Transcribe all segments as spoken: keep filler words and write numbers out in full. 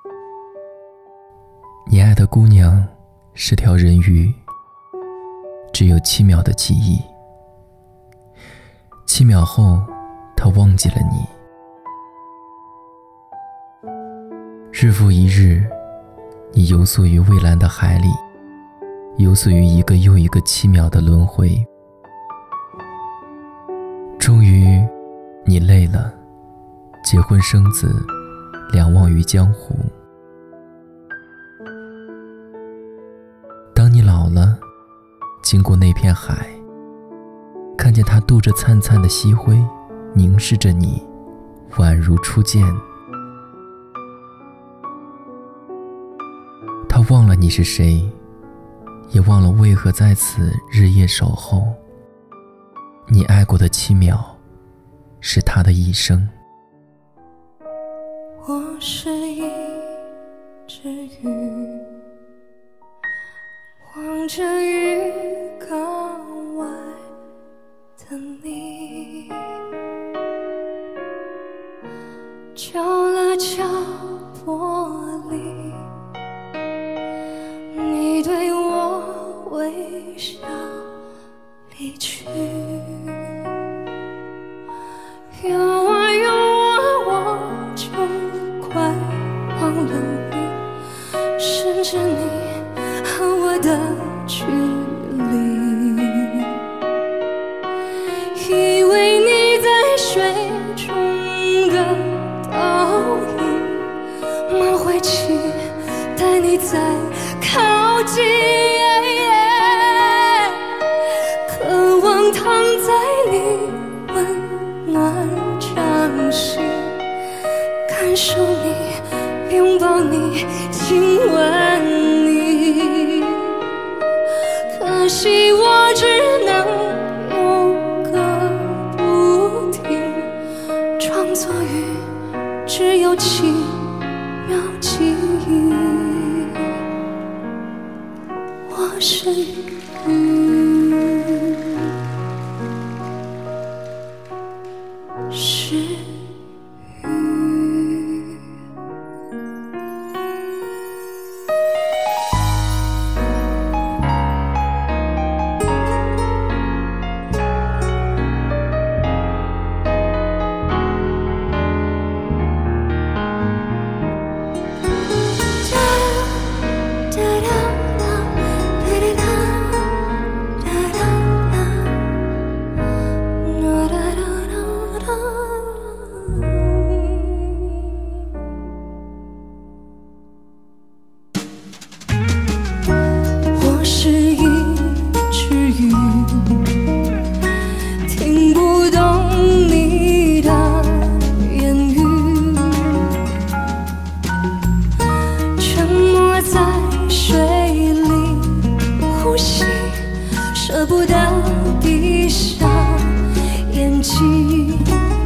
你爱的姑娘是条人鱼，只有七秒的记忆，七秒后她忘记了你。日复一日，你游溯于蔚蓝的海里，游溯于一个又一个七秒的轮回。终于你累了，结婚生子，两忘于江湖。当你老了，经过那片海，看见他渡着灿灿的夕辉，凝视着你，宛如初见。他忘了你是谁，也忘了为何在此日夜守候。你爱过的七秒，是他的一生。 我是一只鱼，望着鱼缸外的你，敲了敲玻璃，你对我微笑离去。有啊有啊，我就快忘了你，甚至你和我的距离，以为你在水中的倒影，慢回期待你再靠近，渴望躺在你温暖掌心，感受你，拥抱你，亲吻你。可惜我只能有个不停，装作鱼，只有七秒记忆。我是鱼，是鱼。听不懂你的言语，沉默在水里呼吸，舍不得闭上眼睛。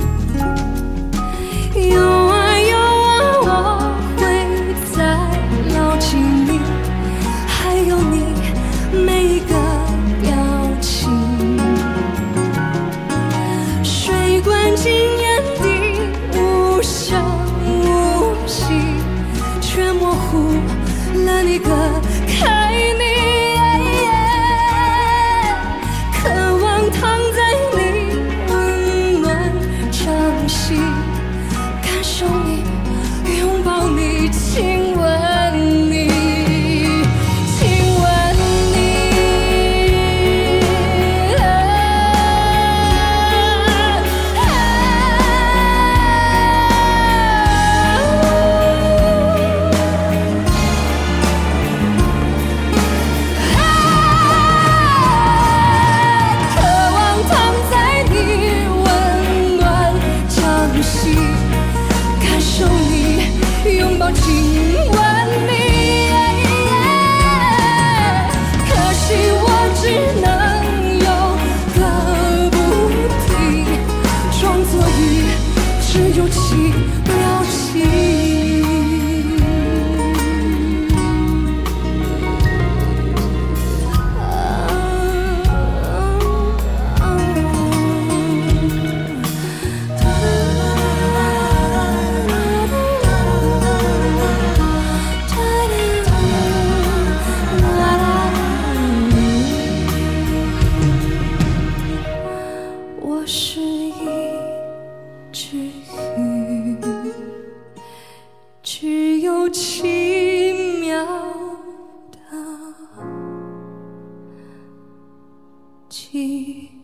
有啊有啊，我会再牢记你，还有你每一个表情，水灌进眼底，无声无息，却模糊了你隔开你。渴望躺在你温暖掌心，感受你，拥抱你，亲吻你。感受你，拥抱，亲吻你。可惜我只能有个不停，装作鱼，只有七秒记忆。 记。